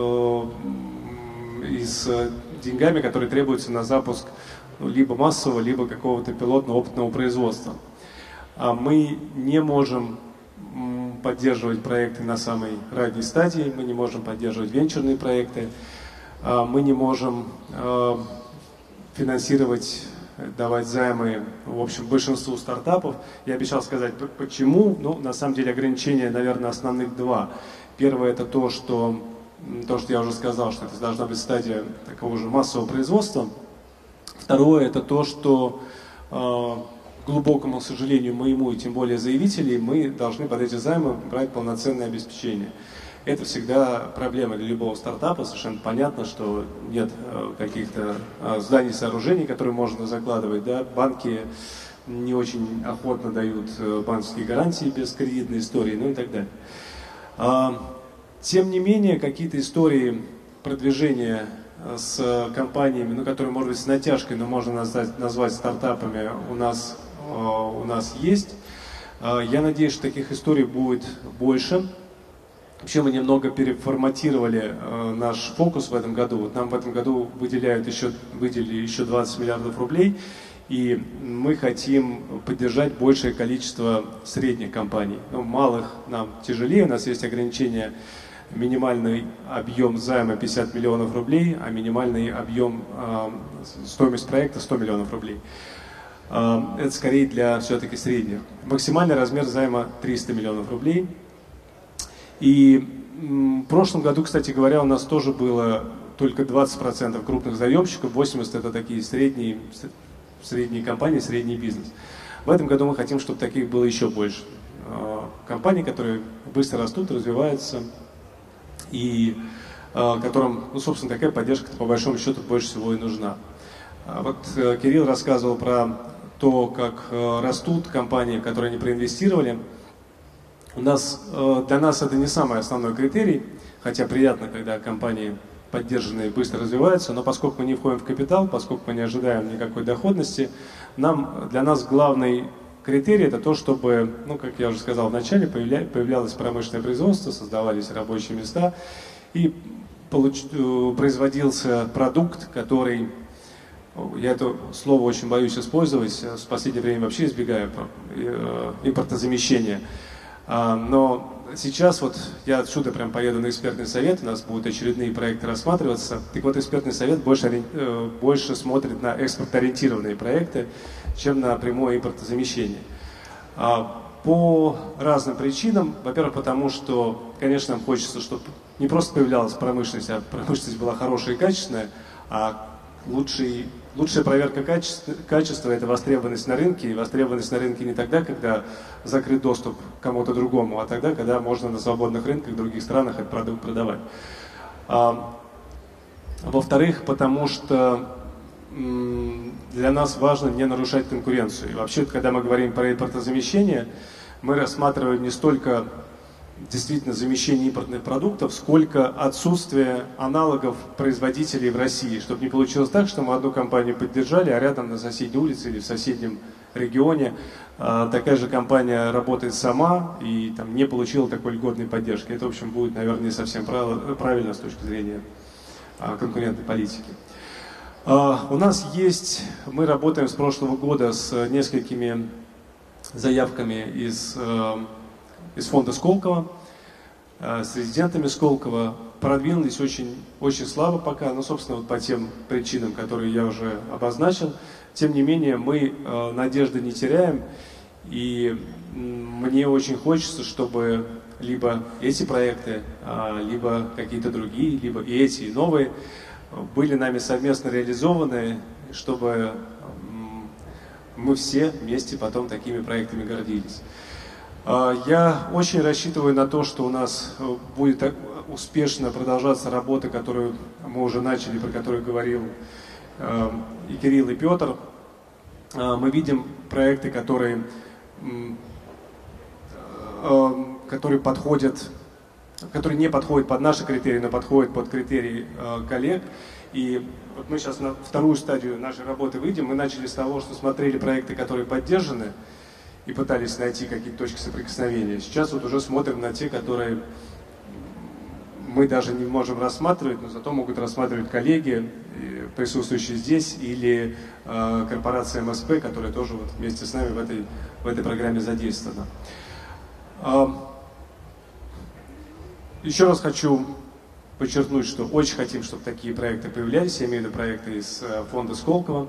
и с деньгами, которые требуются на запуск либо массового, либо какого-то пилотного опытного производства. Мы не можем поддерживать проекты на самой ранней стадии, мы не можем поддерживать венчурные проекты, мы не можем финансировать, давать займы, в общем, большинству стартапов. Я обещал сказать, почему. На самом деле ограничения, наверное, основных два. Первое — это то, что я уже сказал, что это должна быть стадия такого же массового производства. Второе — это то, что, к глубокому сожалению моему и тем более заявителей, мы должны под эти займы брать полноценное обеспечение. Это всегда проблема для любого стартапа. Совершенно понятно, что нет каких-то зданий, сооружений, которые можно закладывать. Да? Банки не очень охотно дают банковские гарантии без кредитной истории, и так далее. Тем не менее, какие-то истории продвижения с компаниями, которые, может быть, с натяжкой, но можно назвать стартапами, у нас есть. Я надеюсь, что таких историй будет больше. Вообще мы немного переформатировали наш фокус в этом году. Нам в этом году выделили еще 20 миллиардов рублей, и мы хотим поддержать большее количество средних компаний. Малых нам тяжелее, у нас есть ограничения. Минимальный объем займа 50 миллионов рублей, а минимальный объем, стоимость проекта 100 миллионов рублей. Это скорее для все-таки средних. Максимальный размер займа 300 миллионов рублей. И в прошлом году, кстати говоря, у нас тоже было только 20% крупных заемщиков, 80% это такие средние компании, средний бизнес. В этом году мы хотим, чтобы таких было еще больше. Компаний, которые быстро растут, развиваются, и которым, собственно, такая поддержка по большому счету больше всего и нужна. Вот Кирилл рассказывал про то, как растут компании, в которые они проинвестировали. Для нас это не самый основной критерий, хотя приятно, когда компании поддержанные быстро развиваются, но поскольку мы не входим в капитал, поскольку мы не ожидаем никакой доходности, для нас главный критерий — это то, чтобы, как я уже сказал в начале, появлялось промышленное производство, создавались рабочие места и производился продукт, который, я это слово очень боюсь использовать, в последнее время вообще избегаю импортозамещения, но сейчас я отсюда прям поеду на экспертный совет, у нас будут очередные проекты рассматриваться. Так вот, экспертный совет больше смотрит на экспортоориентированные проекты, чем на прямое импортозамещение. По разным причинам. Во-первых, потому что, конечно, нам хочется, чтобы не просто появлялась промышленность, а промышленность была хорошая и качественная, а лучшая проверка качества – это востребованность на рынке. И востребованность на рынке не тогда, когда закрыт доступ к кому-то другому, а тогда, когда можно на свободных рынках в других странах этот продукт продавать. Во-вторых, потому что для нас важно не нарушать конкуренцию. И вообще, когда мы говорим про импортозамещение, мы рассматриваем не столько действительно замещение импортных продуктов, сколько отсутствие аналогов производителей в России, чтобы не получилось так, что мы одну компанию поддержали, а рядом на соседней улице или в соседнем регионе такая же компания работает сама и не получила такой льготной поддержки. Это, в общем, будет, наверное, не совсем правильно с точки зрения конкурентной политики. Мы работаем с прошлого года с несколькими заявками из фонда Сколково, с резидентами Сколково. Продвинулись очень, очень слабо пока, собственно, по тем причинам, которые я уже обозначил. Тем не менее, мы надежды не теряем, и мне очень хочется, чтобы либо эти проекты, либо какие-то другие, либо и эти, и новые были нами совместно реализованы, чтобы мы все вместе потом такими проектами гордились. Я очень рассчитываю на то, что у нас будет успешно продолжаться работа, которую мы уже начали, про которую говорил и Кирилл, и Петр. Мы видим проекты, которые не подходят под наши критерии, но подходят под критерии коллег. И вот мы сейчас на вторую стадию нашей работы выйдем. Мы начали с того, что смотрели проекты, которые поддержаны, и пытались найти какие-то точки соприкосновения. Сейчас вот уже смотрим на те, которые мы даже не можем рассматривать, но зато могут рассматривать коллеги, присутствующие здесь, или корпорация МСП, которая тоже вот вместе с нами в этой программе задействована. Еще раз хочу подчеркнуть, что очень хотим, чтобы такие проекты появлялись. Я имею в виду проекты из фонда Сколково.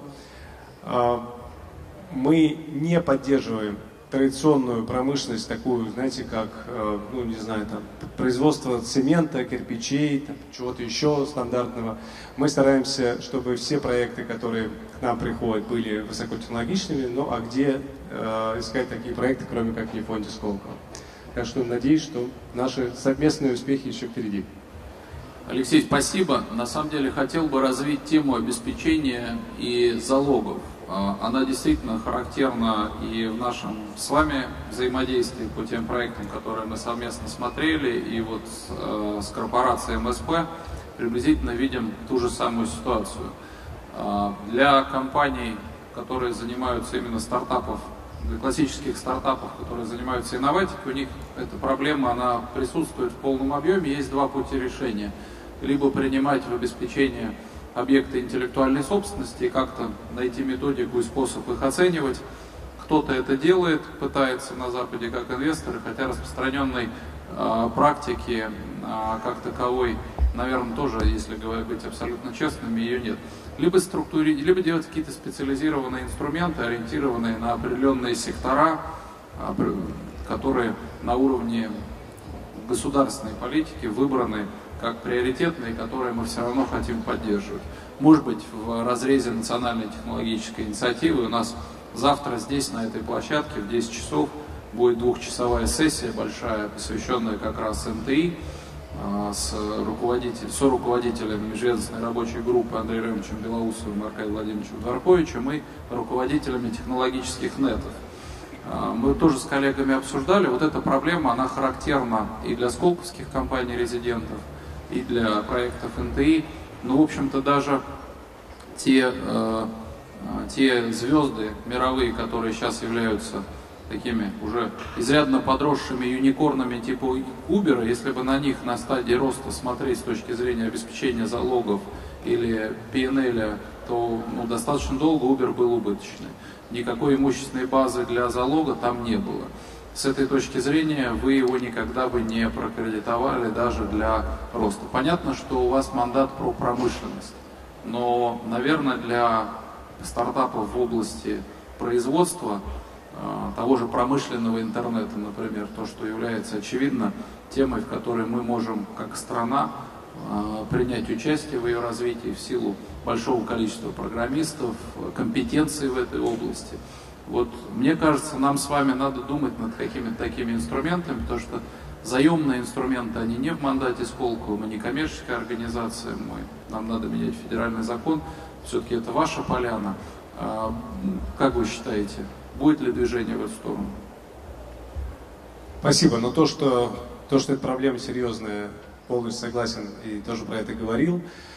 Мы не поддерживаем традиционную промышленность, такую, знаете, как, ну, не знаю, там, производство цемента, кирпичей, там, чего-то еще стандартного. Мы стараемся, чтобы все проекты, которые к нам приходят, были высокотехнологичными, ну, а где искать такие проекты, кроме как не в фонде Сколково. Так что надеюсь, что наши совместные успехи еще впереди. Алексей, спасибо. На самом деле хотел бы развить тему обеспечения и залогов. Она действительно характерна и в нашем с вами взаимодействии по тем проектам, которые мы совместно смотрели, и вот с корпорацией МСП приблизительно видим ту же самую ситуацию. Для компаний, которые занимаются именно стартапов, для классических стартапов, которые занимаются инноватикой, у них эта проблема, она присутствует в полном объеме. Есть два пути решения. Либо принимать в обеспечение объекты интеллектуальной собственности и как-то найти методику и способ их оценивать. Кто-то это делает, пытается на Западе как инвесторы, хотя распространенной практики как таковой, наверное, тоже, если быть абсолютно честными, ее нет. Либо делать какие-то специализированные инструменты, ориентированные на определенные сектора, которые на уровне государственной политики выбраны как приоритетные, которые мы все равно хотим поддерживать. Может быть, в разрезе национальной технологической инициативы у нас завтра здесь, на этой площадке, в 10 часов будет двухчасовая сессия большая, посвященная как раз НТИ, с руководителем межведомственной рабочей группы Андреем Ремовичем Белоусовым и Аркадием Владимировичем Дворковичем и руководителями технологических нетов. Мы тоже с коллегами обсуждали, вот эта проблема, она характерна и для сколковских компаний-резидентов, и для проектов НТИ. Но, в общем-то, даже те звезды мировые, которые сейчас являются такими уже изрядно подросшими юникорнами типа Uber, если бы на них на стадии роста смотреть с точки зрения обеспечения залогов или P&L, то достаточно долго Uber был убыточный. Никакой имущественной базы для залога там не было. С этой точки зрения вы его никогда бы не прокредитовали даже для роста. Понятно, что у вас мандат про промышленность, но, наверное, для стартапов в области производства, того же промышленного интернета, например, то, что является, очевидно, темой, в которой мы можем, как страна, принять участие в ее развитии в силу большого количества программистов, компетенций в этой области. Вот, мне кажется, нам с вами надо думать над какими-то такими инструментами, потому что заемные инструменты, они не в мандате Сколково, мы не коммерческая организация, нам надо менять федеральный закон, все-таки это ваша поляна. Как вы считаете, будет ли движение в эту сторону? Спасибо, но то, что эта проблема серьезная, полностью согласен и тоже про это говорил.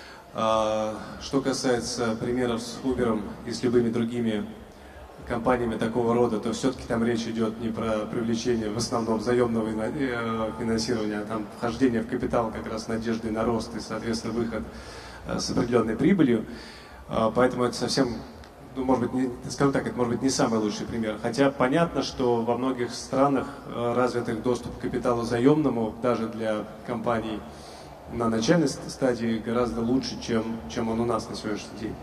Что касается примеров с Uber и с любыми другими компаниями такого рода, то все-таки там речь идет не про привлечение в основном заемного финансирования, а там вхождение в капитал как раз с надеждой на рост и, соответственно, выход с определенной прибылью. Поэтому это совсем, может быть, скажу так, это может быть не самый лучший пример. Хотя понятно, что во многих странах развитых доступ к капиталу заемному, даже для компаний на начальной стадии, гораздо лучше, чем он у нас на сегодняшний день.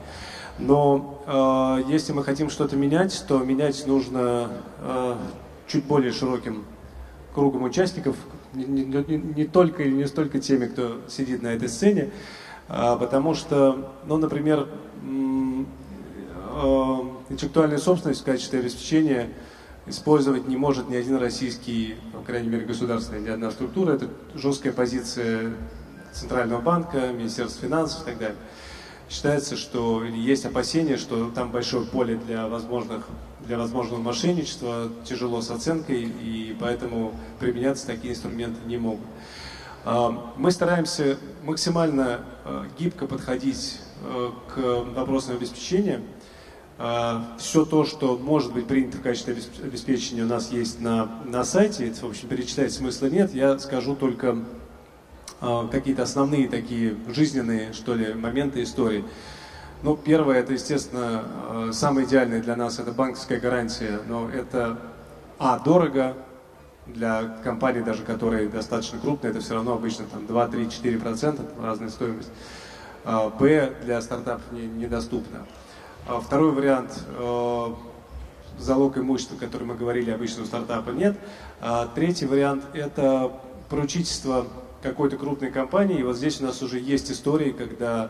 Но если мы хотим что-то менять, то менять нужно чуть более широким кругом участников, не только или не столько теми, кто сидит на этой сцене, потому что, например, интеллектуальную собственность в качестве обеспечения использовать не может ни один российский, по крайней мере, государственная, ни одна структура. Это жесткая позиция Центрального банка, Министерства финансов и так далее. Считается, что есть опасения, что там большое поле для возможного мошенничества, тяжело с оценкой, и поэтому применяться такие инструменты не могут. Мы стараемся максимально гибко подходить к вопросам обеспечения. Все то, что может быть принято в качестве обеспечения, у нас есть на сайте. Это, в общем, перечислять смысла нет. Я скажу только какие-то основные такие жизненные, что ли, моменты истории. Ну, первое, это, естественно, самое идеальное для нас, это банковская гарантия. Но это, дорого. Для компаний, даже которые достаточно крупные, это все равно обычно там 2, 3, 4%, разная стоимость. Б, для стартапов недоступно. Второй вариант, залог имущества, о котором мы говорили, обычно у стартапа нет. Третий вариант, это поручительство какой-то крупной компании. И вот здесь у нас уже есть истории, когда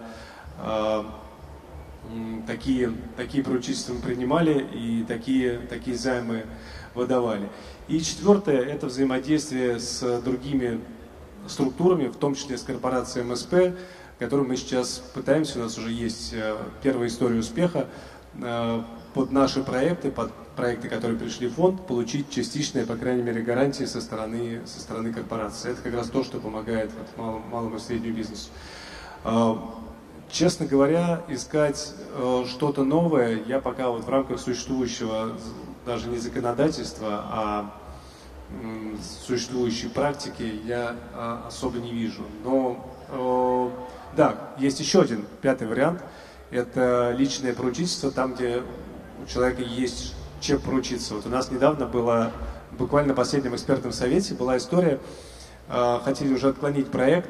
такие поручительства мы принимали и такие займы выдавали. И четвертое, это взаимодействие с другими структурами, в том числе с корпорацией МСП, которую мы сейчас пытаемся, у нас уже есть первая история успеха, под наши проекты, под проекты, которые пришли в фонд, получить частичные, по крайней мере, гарантии со стороны корпорации. Это как раз то, что помогает малому и среднему бизнесу. Честно говоря, искать что-то новое я пока вот в рамках существующего даже не законодательства, а существующей практики я особо не вижу. Но да, есть еще один, пятый вариант. Это личное поручительство, там, где у человека есть чем поручиться. Вот у нас недавно было, буквально на последнем экспертном совете, была история, хотели уже отклонить проект.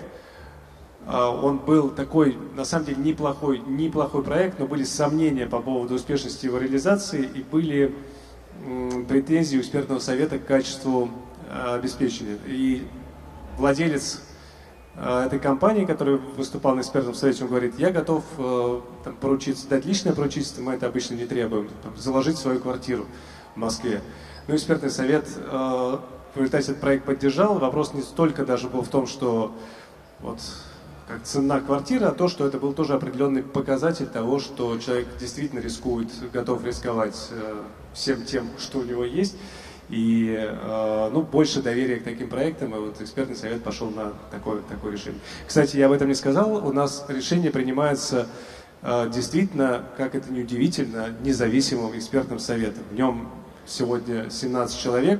Он был такой, на самом деле, неплохой проект, но были сомнения по поводу успешности его реализации и были претензии у экспертного совета к качеству обеспечения. И владелец этой компании, который выступал на экспертном совете, он говорит: я готов поручиться, дать личное поручительство, мы это обычно не требуем, заложить свою квартиру в Москве. Но экспертный совет в результате этот проект поддержал. Вопрос не столько даже был в том, что вот как цена квартиры, а то, что это был тоже определенный показатель того, что человек действительно рискует, готов рисковать всем тем, что у него есть. И больше доверия к таким проектам, и вот экспертный совет пошел на такое решение. Кстати, я об этом не сказал, у нас решение принимается действительно, как это ни удивительно, независимым экспертным советом. В нем сегодня 17 человек,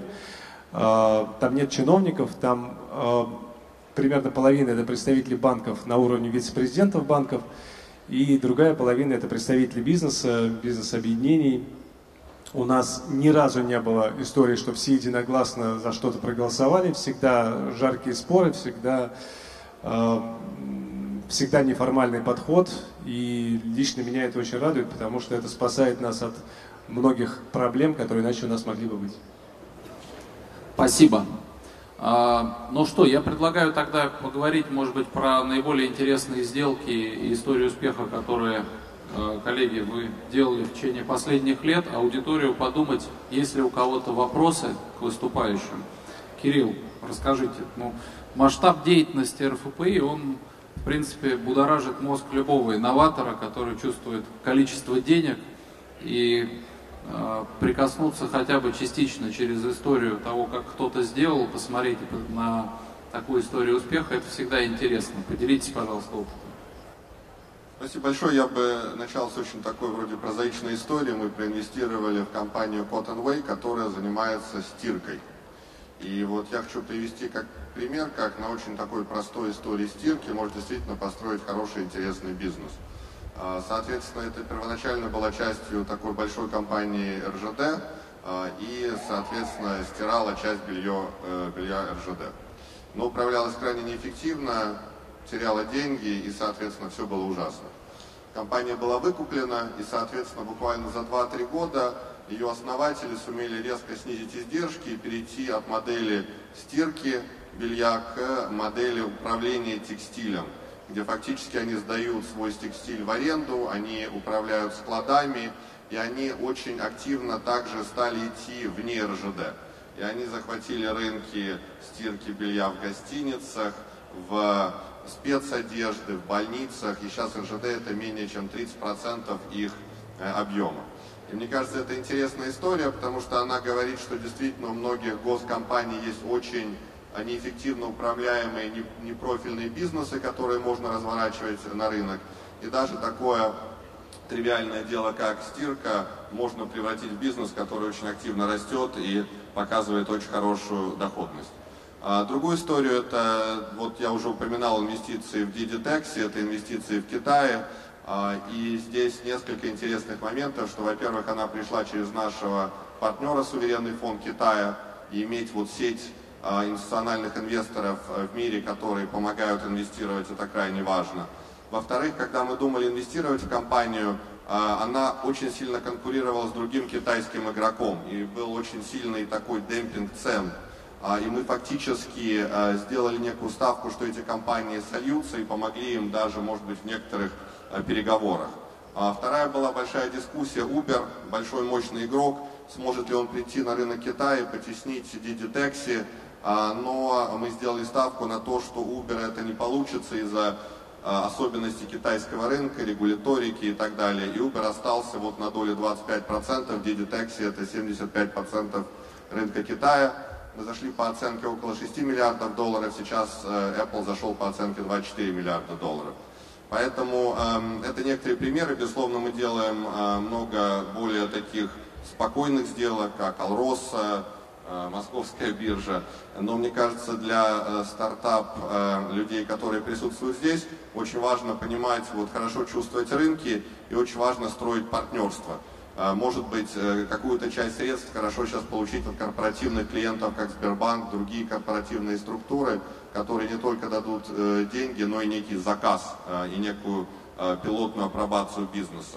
там нет чиновников, там примерно половина это представители банков на уровне вице-президентов банков, и другая половина это представители бизнеса, бизнес-объединений. У нас ни разу не было истории, что все единогласно за что-то проголосовали, всегда жаркие споры, всегда неформальный подход, и лично меня это очень радует, потому что это спасает нас от многих проблем, которые иначе у нас могли бы быть. Спасибо. Ну что, я предлагаю тогда поговорить, может быть, про наиболее интересные сделки и историю успеха, которые, коллеги, вы делали в течение последних лет. Аудиторию подумать, есть ли у кого-то вопросы к выступающим. Кирилл, расскажите. Масштаб деятельности РФПИ, он, в принципе, будоражит мозг любого инноватора, который чувствует количество денег, и прикоснуться хотя бы частично через историю того, как кто-то сделал, посмотреть на такую историю успеха, это всегда интересно. Поделитесь, пожалуйста, опытом. Спасибо большое. Я бы начал с очень такой вроде прозаичной истории. Мы проинвестировали в компанию Cotton Way, которая занимается стиркой. И вот я хочу привести как пример, как на очень такой простой истории стирки можно действительно построить хороший, интересный бизнес. Соответственно, это первоначально была частью такой большой компании РЖД и, соответственно, стирала часть белья РЖД. Но управлялась крайне неэффективно, теряла деньги и, соответственно, все было ужасно. Компания была выкуплена и, соответственно, буквально за 2-3 года ее основатели сумели резко снизить издержки и перейти от модели стирки белья к модели управления текстилем, где фактически они сдают свой текстиль в аренду, они управляют складами и они очень активно также стали идти вне РЖД. И они захватили рынки стирки белья в гостиницах, в спецодежды, в больницах, и сейчас РЖД это менее чем 30% их объема. И мне кажется, это интересная история, потому что она говорит, что действительно у многих госкомпаний есть очень неэффективно управляемые непрофильные бизнесы, которые можно разворачивать на рынок. И даже такое тривиальное дело, как стирка, можно превратить в бизнес, который очень активно растет и показывает очень хорошую доходность. Другую историю, это, вот я уже упоминал инвестиции в Didi Taxi, это инвестиции в Китае. И здесь несколько интересных моментов, что, во-первых, она пришла через нашего партнера, суверенный фонд Китая, и иметь вот сеть институциональных инвесторов в мире, которые помогают инвестировать, это крайне важно. Во-вторых, когда мы думали инвестировать в компанию, она очень сильно конкурировала с другим китайским игроком, и был очень сильный такой демпинг цен. И мы фактически сделали некую ставку, что эти компании сольются, и помогли им даже, может быть, в некоторых переговорах. Вторая была большая дискуссия. Uber, большой мощный игрок, сможет ли он прийти на рынок Китая и потеснить Didi Taxi, но мы сделали ставку на то, что Uber это не получится из-за особенностей китайского рынка, регуляторики и так далее. И Uber остался вот на доле 25%, Didi Taxi это 75% рынка Китая. Мы зашли по оценке около 6 миллиардов долларов, сейчас Apple зашел по оценке 24 миллиарда долларов. Поэтому это некоторые примеры. Безусловно, мы делаем много более таких спокойных сделок, как Алроса, Московская биржа. Но мне кажется, для стартап людей, которые присутствуют здесь, очень важно понимать, вот, хорошо чувствовать рынки и очень важно строить партнерство. Может быть, какую-то часть средств хорошо сейчас получить от корпоративных клиентов, как Сбербанк, другие корпоративные структуры, которые не только дадут деньги, но и некий заказ и некую пилотную апробацию бизнеса.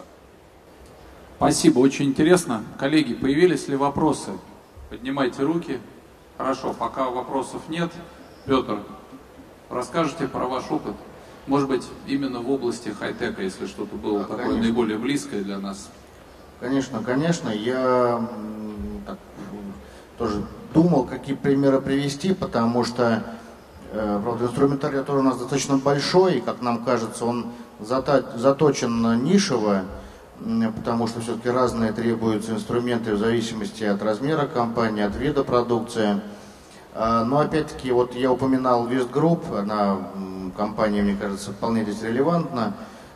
Спасибо, очень интересно. Коллеги, появились ли вопросы? Поднимайте руки. Хорошо, пока вопросов нет. Петр, расскажите про ваш опыт. Может быть, именно в области хай-тека, если что-то было такое конечно. Наиболее близкое для нас. Конечно, конечно. Я так, тоже думал, какие примеры привести, потому что правда, инструментарий тоже у нас достаточно большой, и, как нам кажется, он заточен нишево, потому что все-таки разные требуются инструменты в зависимости от размера компании, от вида продукции. Но опять-таки, вот я упоминал Vist Group, она компания, мне кажется, вполне здесь релевантна.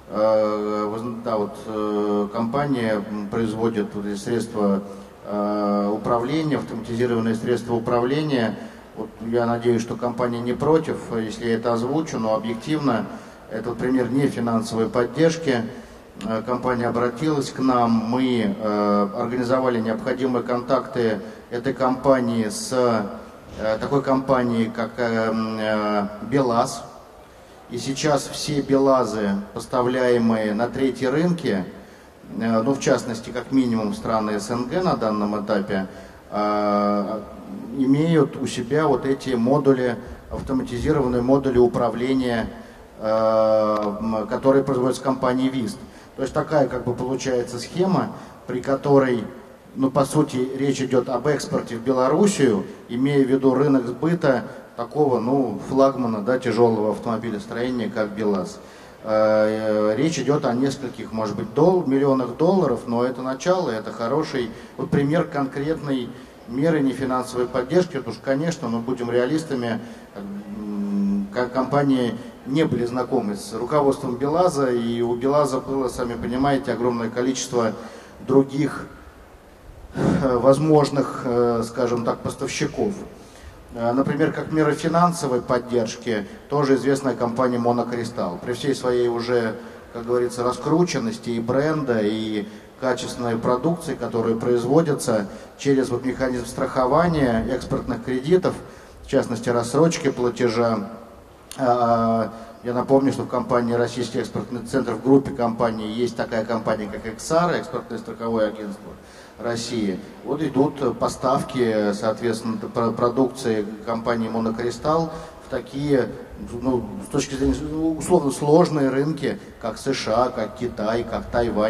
Да, вот компания производит вот эти средства управления, автоматизированные средства управления. Вот я надеюсь, что компания не против, если я это озвучу, но объективно это пример не финансовой поддержки. Компания обратилась к нам, мы организовали необходимые контакты этой компании с такой компанией, как БелАЗ. И сейчас все БелАЗы, поставляемые на третьи рынки, ну в частности, как минимум страны СНГ на данном этапе, имеют у себя вот эти модули, автоматизированные модули управления, которые производятся компанией Vist. То есть такая как бы получается схема, при которой, ну по сути, речь идет об экспорте в Белоруссию, имея в виду рынок сбыта такого, ну, флагмана, да, тяжелого автомобилестроения, как БелАЗ. Речь идет о нескольких, может быть, миллионах долларов, но это начало, это хороший вот пример конкретной меры нефинансовой поддержки. Потому что, конечно, мы будем реалистами, как компании не были знакомы с руководством БелАЗа, и у БелАЗа было, сами понимаете, огромное количество других возможных, скажем так, поставщиков. Например, как мера финансовой поддержки, тоже известная компания Монокристалл. При всей своей уже, как говорится, раскрученности и бренда, и качественной продукции, которые производятся через вот механизм страхования экспортных кредитов, в частности, рассрочки платежа. Я напомню, что в компании «Российский экспортный центр», в группе компаний есть такая компания, как «Эксара», экспортное страховое агентство России. Вот идут поставки, соответственно, продукции компании «Монокристалл» в такие, ну, с точки зрения условно сложные рынки, как США, как Китай, как Тайвань.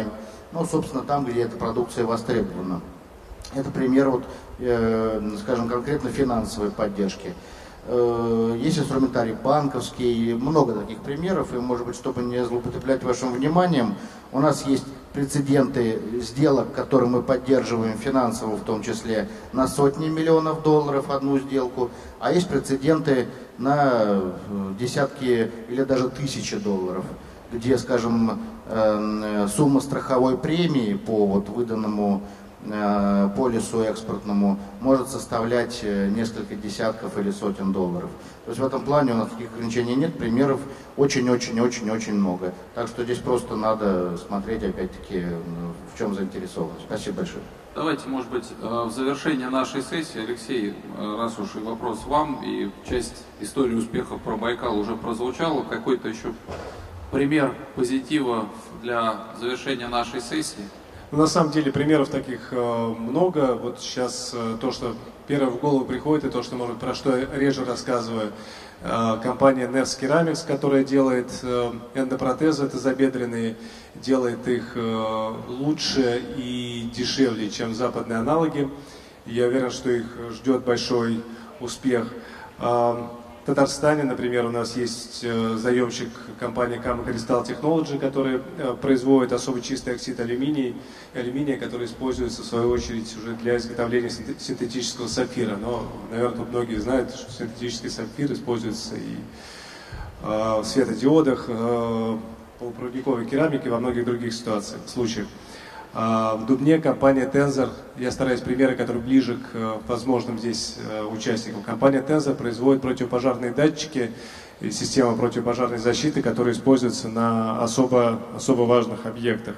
ну, собственно, там, где эта продукция востребована. Это пример, вот, скажем, конкретно финансовой поддержки. Есть инструментарий банковский, много таких примеров, и, может быть, чтобы не злоупотреблять вашим вниманием, у нас есть прецеденты сделок, которые мы поддерживаем финансово, в том числе на сотни миллионов долларов одну сделку, а есть прецеденты на десятки или даже тысячи долларов, где, скажем, сумма страховой премии по вот выданному полису экспортному может составлять несколько десятков или сотен долларов. То есть в этом плане у нас таких ограничений нет, примеров очень-очень-очень-очень много. Так что здесь просто надо смотреть, опять-таки, в чем заинтересованность. Спасибо большое. Давайте, может быть, в завершение нашей сессии, Алексей, раз уж и вопрос вам, и часть истории успехов про Байкал уже прозвучала, какой-то еще пример позитива для завершения нашей сессии? На самом деле примеров таких много. Вот сейчас то, что первое в голову приходит, и то, что, может, про что я реже рассказываю, компания Nerves Ceramics, которая делает эндопротезы, это тазобедренные, делает их лучше и дешевле, чем западные аналоги. Я уверен, что их ждет большой успех. В Татарстане, например, у нас есть заемщик компания Kama Crystal Technology, которая производит особо чистый оксид алюминия, который используется в свою очередь уже для изготовления синтетического сапфира. Но, наверное, тут многие знают, что синтетический сапфир используется и в светодиодах, полупроводниковой керамике, во многих других случаях. В Дубне компания Tensor, я стараюсь примеры, которые ближе к возможным здесь участникам. Компания Tensor производит противопожарные датчики и система противопожарной защиты, которые используются на особо важных объектах.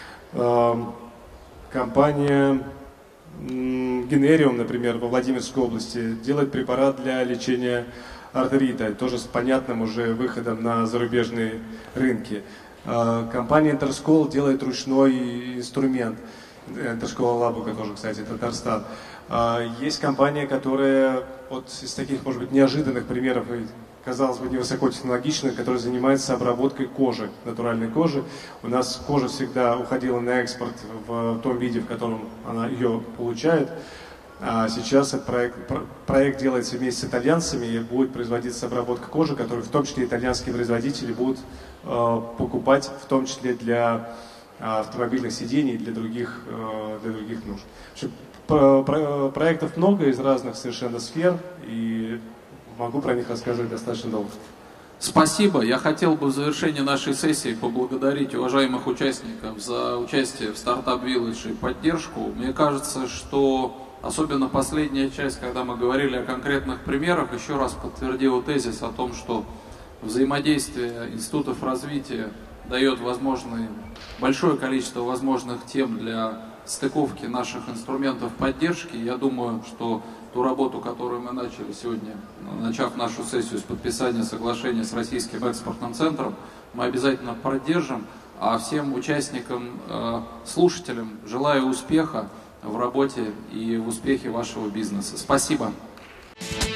Компания Generium, например, во Владимирской области делает препарат для лечения артрита, тоже с понятным уже выходом на зарубежные рынки. Компания Interscol делает ручной инструмент. Interscol Лабуга тоже, кстати, Татарстан. Есть компания, которая вот из таких, может быть, неожиданных примеров и, казалось бы, невысокотехнологичных, которая занимается обработкой кожи, натуральной кожи. У нас кожа всегда уходила на экспорт в том виде, в котором она ее получает. А сейчас этот проект делается вместе с итальянцами, и будет производиться обработка кожи, которую в том числе итальянские производители будут покупать, в том числе для автомобильных сидений и для других нужд. В общем, проектов много из разных совершенно сфер, и могу про них рассказывать достаточно долго. Спасибо. Я хотел бы в завершении нашей сессии поблагодарить уважаемых участников за участие в Startup Village и поддержку. Мне кажется, что особенно последняя часть, когда мы говорили о конкретных примерах, еще раз подтвердила тезис о том, что взаимодействие институтов развития дает большое количество возможных тем для стыковки наших инструментов поддержки. Я думаю, что ту работу, которую мы начали сегодня, начав нашу сессию с подписания соглашения с Российским экспортным центром, мы обязательно поддержим. А всем участникам, слушателям желаю успеха в работе и в успехе вашего бизнеса. Спасибо.